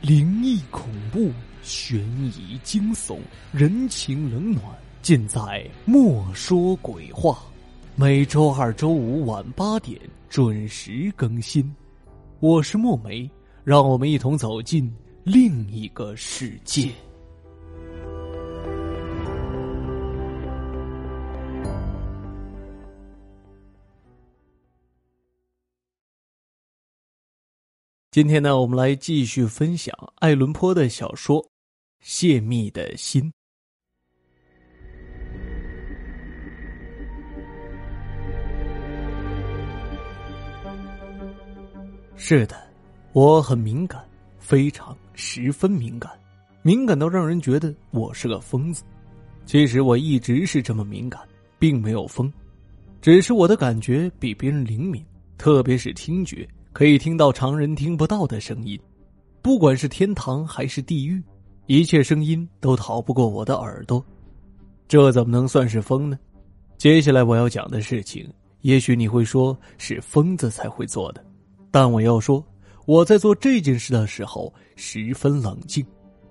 灵异恐怖、悬疑惊悚、人情冷暖，尽在莫说鬼话。每周二、周五晚8点准时更新。我是墨梅，让我们一同走进另一个世界。今天呢，我们来继续分享爱伦坡的小说《泄密的心》。是的，我很敏感，十分敏感，敏感到让人觉得我是个疯子。其实我一直是这么敏感，并没有疯，只是我的感觉比别人灵敏，特别是听觉。可以听到常人听不到的声音，不管是天堂还是地狱，一切声音都逃不过我的耳朵。这怎么能算是疯呢？接下来我要讲的事情，也许你会说是疯子才会做的，但我要说，我在做这件事的时候十分冷静。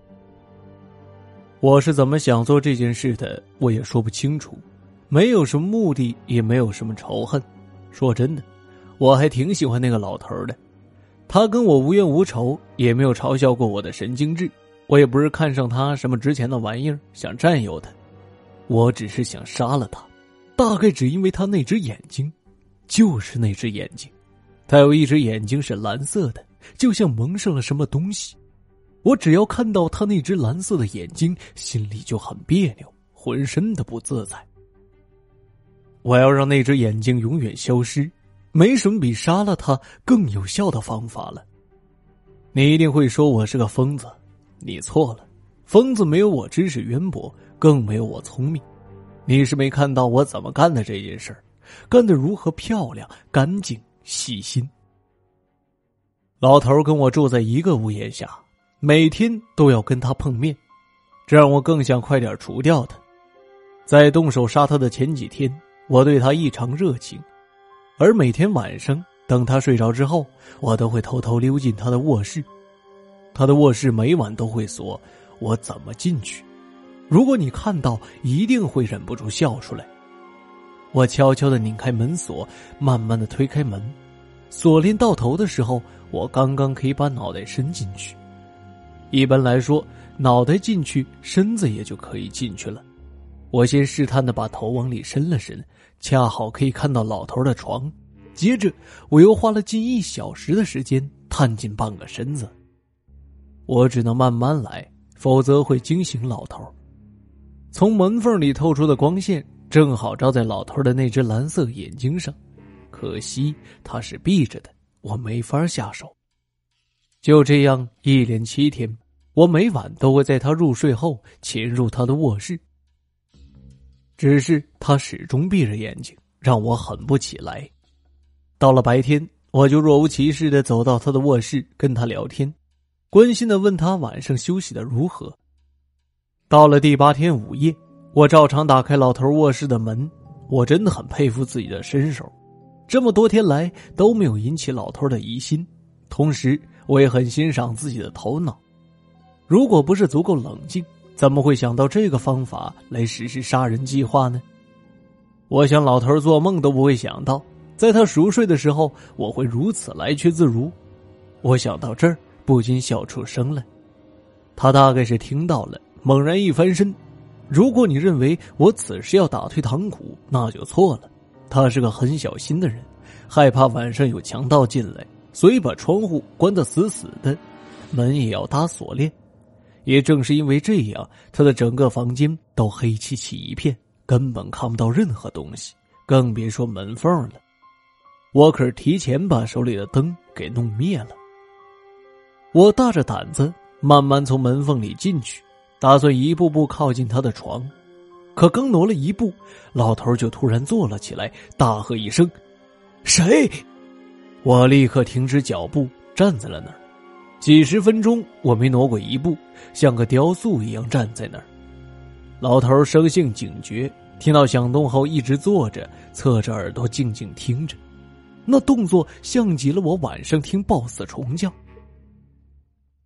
我是怎么想做这件事的，我也说不清楚，没有什么目的，也没有什么仇恨。说真的，我还挺喜欢那个老头的，他跟我无冤无仇，也没有嘲笑过我的神经质，我也不是看上他什么值钱的玩意儿想占有他，我只是想杀了他，大概只因为他那只眼睛，就是那只眼睛，他有一只眼睛是蓝色的，就像蒙上了什么东西，我只要看到他那只蓝色的眼睛，心里就很别扭，浑身的不自在。我要让那只眼睛永远消失，没什么比杀了他更有效的方法了。你一定会说我是个疯子，你错了，疯子没有我知识渊博，更没有我聪明。你是没看到我怎么干的这件事儿，干得如何漂亮、干净、细心。老头跟我住在一个屋檐下，每天都要跟他碰面，这让我更想快点除掉他。在动手杀他的前几天，我对他异常热情，而每天晚上等他睡着之后，我都会偷偷溜进他的卧室。他的卧室每晚都会锁，我怎么进去？如果你看到，一定会忍不住笑出来。我悄悄地拧开门锁，慢慢地推开门，锁链到头的时候，我刚刚可以把脑袋伸进去。一般来说，脑袋进去，身子也就可以进去了。我先试探地把头往里伸了伸，恰好可以看到老头的床，接着我又花了近1小时的时间探进半个身子。我只能慢慢来，否则会惊醒老头。从门缝里透出的光线正好照在老头的那只蓝色眼睛上，可惜他是闭着的，我没法下手。就这样一连7天，我每晚都会在他入睡后潜入他的卧室，只是他始终闭着眼睛，让我狠不起来。到了白天，我就若无其事地走到他的卧室跟他聊天，关心地问他晚上休息得如何。到了第8天午夜，我照常打开老头卧室的门，我真的很佩服自己的身手，这么多天来都没有引起老头的疑心，同时我也很欣赏自己的头脑。如果不是足够冷静，怎么会想到这个方法来实施杀人计划呢？我想老头做梦都不会想到，在他熟睡的时候，我会如此来去自如。我想到这儿，不禁笑出声来。他大概是听到了，猛然一翻身。如果你认为我此时要打退堂鼓，那就错了。他是个很小心的人，害怕晚上有强盗进来，所以把窗户关得死死的，门也要搭锁链。也正是因为这样，他的整个房间都黑漆漆一片，根本看不到任何东西，更别说门缝了。我可是提前把手里的灯给弄灭了。我大着胆子慢慢从门缝里进去，打算一步步靠近他的床，可刚挪了一步，老头就突然坐了起来，大喝一声：“谁？”我立刻停止脚步，站在了那儿。几十分钟我没挪过一步，像个雕塑一样站在那儿。老头生性警觉，听到响动后一直坐着，侧着耳朵静静听着，那动作像极了我晚上听豹子虫叫。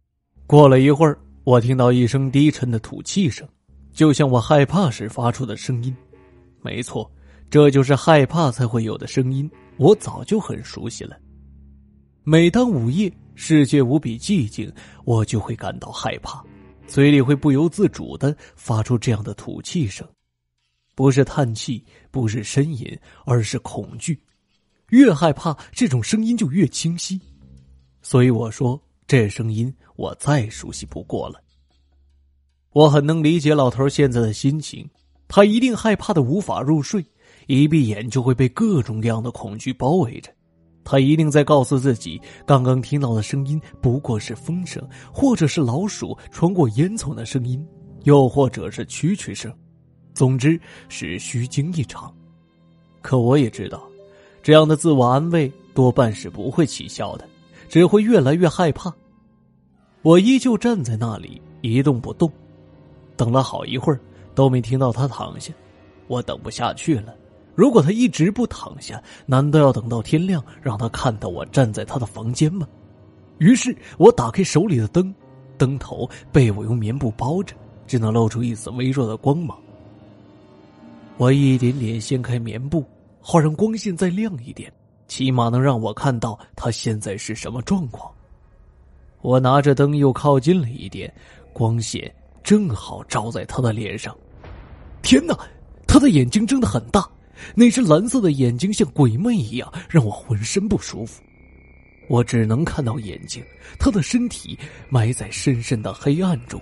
过了一会儿，我听到一声低沉的吐气声，就像我害怕时发出的声音。没错，这就是害怕才会有的声音，我早就很熟悉了。每当午夜世界无比寂静，我就会感到害怕，嘴里会不由自主地发出这样的吐气声，不是叹气，不是呻吟，而是恐惧。越害怕，这种声音就越清晰。所以我说，这声音我再熟悉不过了。我很能理解老头现在的心情，他一定害怕的无法入睡，一闭眼就会被各种各样的恐惧包围着。他一定在告诉自己，刚刚听到的声音不过是风声，或者是老鼠穿过烟囱的声音，又或者是蛐蛐声，总之是虚惊一场。可我也知道，这样的自我安慰多半是不会起效的，只会越来越害怕。我依旧站在那里一动不动，等了好一会儿都没听到他躺下。我等不下去了，如果他一直不躺下，难道要等到天亮让他看到我站在他的房间吗？于是我打开手里的灯，灯头被我用棉布包着，只能露出一丝微弱的光芒。我一点点掀开棉布，好让光线再亮一点，起码能让我看到他现在是什么状况。我拿着灯又靠近了一点，光线正好照在他的脸上。天哪，他的眼睛睁得很大，那只蓝色的眼睛像鬼魅一样，让我浑身不舒服。我只能看到眼睛，他的身体埋在深深的黑暗中。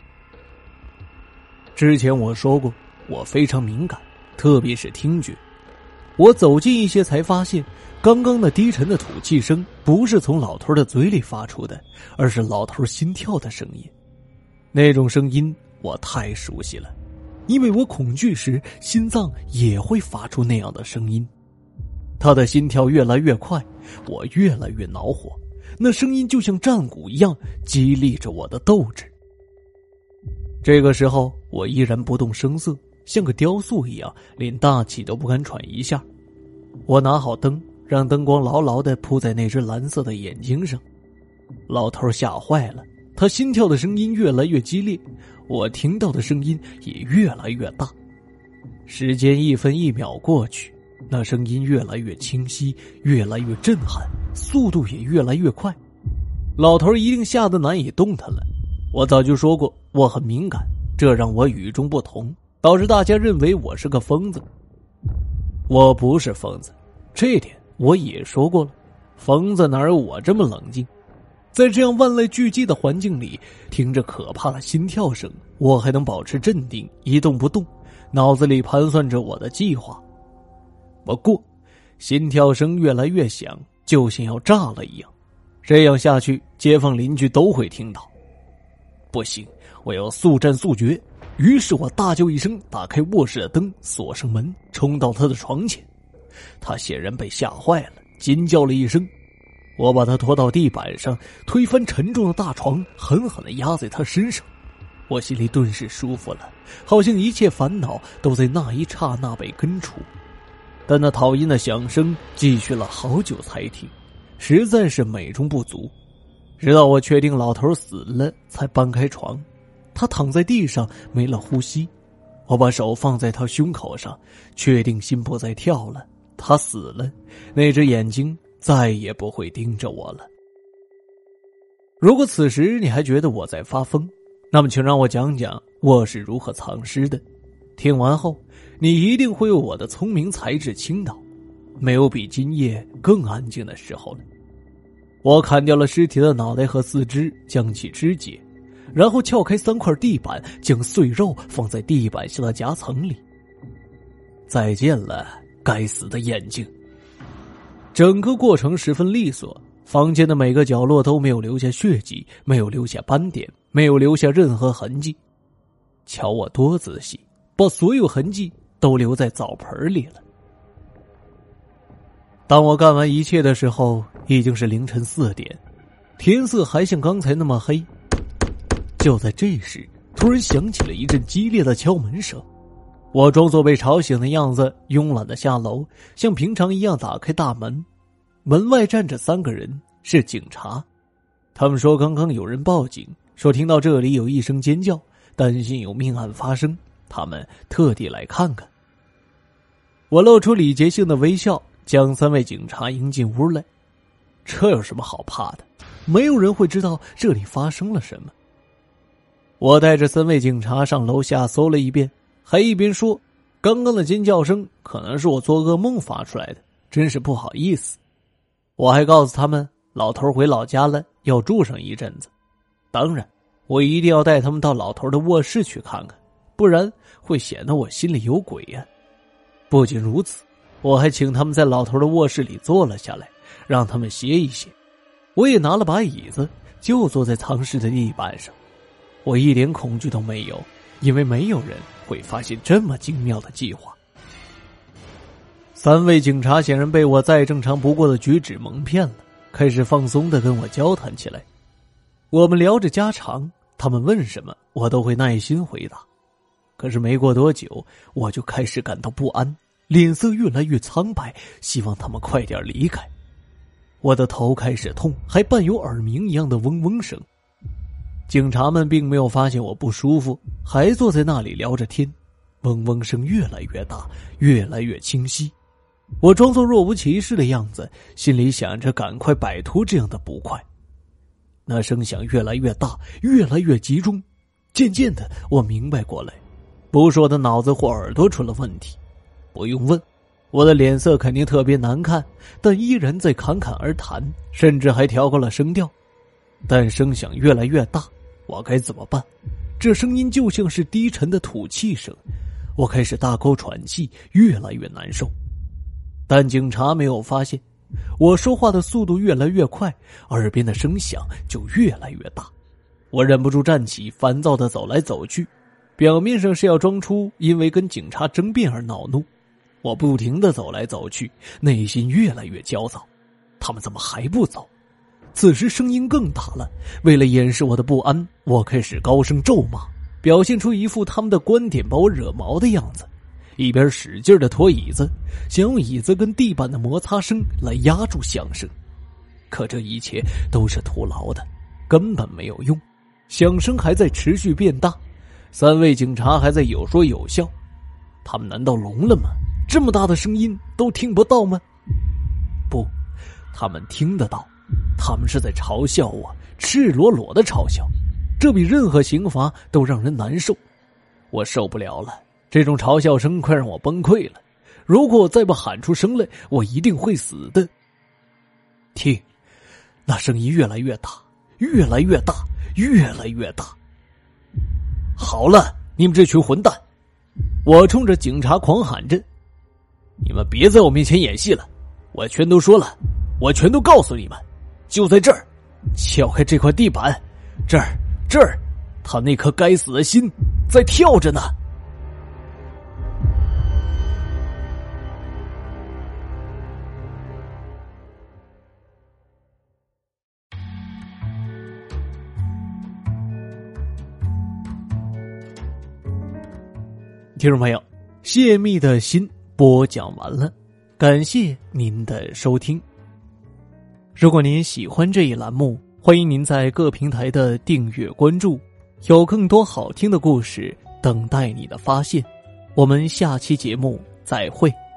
之前我说过，我非常敏感，特别是听觉。我走近一些才发现，刚刚的低沉的吐气声不是从老头的嘴里发出的，而是老头心跳的声音。那种声音我太熟悉了，因为我恐惧时心脏也会发出那样的声音。他的心跳越来越快，我越来越恼火，那声音就像战鼓一样激励着我的斗志。这个时候我依然不动声色，像个雕塑一样，连大气都不敢喘一下。我拿好灯，让灯光牢牢地铺在那只蓝色的眼睛上。老头吓坏了，他心跳的声音越来越激烈，我听到的声音也越来越大。时间一分一秒过去，那声音越来越清晰，越来越震撼，速度也越来越快。老头一定吓得难以动弹了。我早就说过，我很敏感，这让我与众不同，导致大家认为我是个疯子。我不是疯子，这点我也说过了。疯子哪有我这么冷静？在这样万籁俱寂的环境里，听着可怕的心跳声，我还能保持镇定，一动不动，脑子里盘算着我的计划。不过，心跳声越来越响，就像要炸了一样。这样下去，街坊邻居都会听到。不行，我要速战速决。于是我大叫一声，打开卧室的灯，锁上门，冲到他的床前。他显然被吓坏了，尖叫了一声。我把他拖到地板上，推翻沉重的大床，狠狠地压在他身上。我心里顿时舒服了，好像一切烦恼都在那一刹那被根除。但那讨厌的响声继续了好久才停，实在是美中不足。直到我确定老头死了，才搬开床。他躺在地上没了呼吸，我把手放在他胸口上，确定心不再跳了。他死了，那只眼睛再也不会盯着我了。如果此时你还觉得我在发疯，那么请让我讲讲我是如何藏尸的。听完后，你一定会为我的聪明才智倾倒。没有比今夜更安静的时候了。我砍掉了尸体的脑袋和四肢，将其肢解，然后撬开3块地板，将碎肉放在地板下的夹层里。再见了，该死的眼睛。整个过程十分利索，房间的每个角落都没有留下血迹，没有留下斑点，没有留下任何痕迹。瞧我多仔细，把所有痕迹都留在澡盆里了。当我干完一切的时候，已经是凌晨4点，天色还像刚才那么黑。就在这时，突然响起了一阵激烈的敲门声。我装作被吵醒的样子，慵懒地下楼，像平常一样打开大门。门外站着3个人，是警察。他们说刚刚有人报警， 说听到这里有一声尖叫，担心有命案发生，他们特地来看看。我露出礼节性的微笑，将3位警察迎进屋来。这有什么好怕的？没有人会知道这里发生了什么。我带着3位警察上楼下搜了一遍，还一边说，刚刚的尖叫声可能是我做噩梦发出来的，真是不好意思。我还告诉他们，老头回老家了，要住上一阵子。当然，我一定要带他们到老头的卧室去看看，不然会显得我心里有鬼呀。不仅如此，我还请他们在老头的卧室里坐了下来，让他们歇一歇。我也拿了把椅子，就坐在藏室的地板上。我一点恐惧都没有，因为没有人会发现这么精妙的计划。3位警察显然被我再正常不过的举止蒙骗了，开始放松地跟我交谈起来。我们聊着家常，他们问什么我都会耐心回答。可是没过多久，我就开始感到不安，脸色越来越苍白，希望他们快点离开。我的头开始痛，还伴有耳鸣一样的嗡嗡声。警察们并没有发现我不舒服，还坐在那里聊着天，嗡嗡声越来越大，越来越清晰。我装作若无其事的样子，心里想着赶快摆脱这样的不快。那声响越来越大，越来越集中，渐渐的我明白过来，不是我的脑子或耳朵出了问题。不用问，我的脸色肯定特别难看，但依然在侃侃而谈，甚至还调高了声调。但声响越来越大，我该怎么办？这声音就像是低沉的吐气声，我开始大口喘气，越来越难受。但警察没有发现，我说话的速度越来越快，耳边的声响就越来越大。我忍不住站起，烦躁地走来走去，表面上是要装出因为跟警察争辩而恼怒。我不停地走来走去，内心越来越焦躁。他们怎么还不走？此时声音更大了，为了掩饰我的不安，我开始高声咒骂，表现出一副他们的观点把我惹毛的样子，一边使劲地拖椅子，想用椅子跟地板的摩擦声来压住响声。可这一切都是徒劳的，根本没有用，响声还在持续变大，3位警察还在有说有笑。他们难道聋了吗？这么大的声音都听不到吗？不，他们听得到，他们是在嘲笑我，赤裸裸的嘲笑，这比任何刑罚都让人难受。我受不了了，这种嘲笑声快让我崩溃了。如果我再不喊出声来，我一定会死的。听，那声音越来越大，越来越大，越来越大。好了，你们这群混蛋！我冲着警察狂喊着，你们别在我面前演戏了，我全都说了，我全都告诉你们，就在这儿，撬开这块地板，这儿，他那颗该死的心在跳着呢。听众朋友，泄密的心播讲完了，感谢您的收听。如果您喜欢这一栏目，欢迎您在各平台的订阅关注，有更多好听的故事等待你的发现。我们下期节目再会。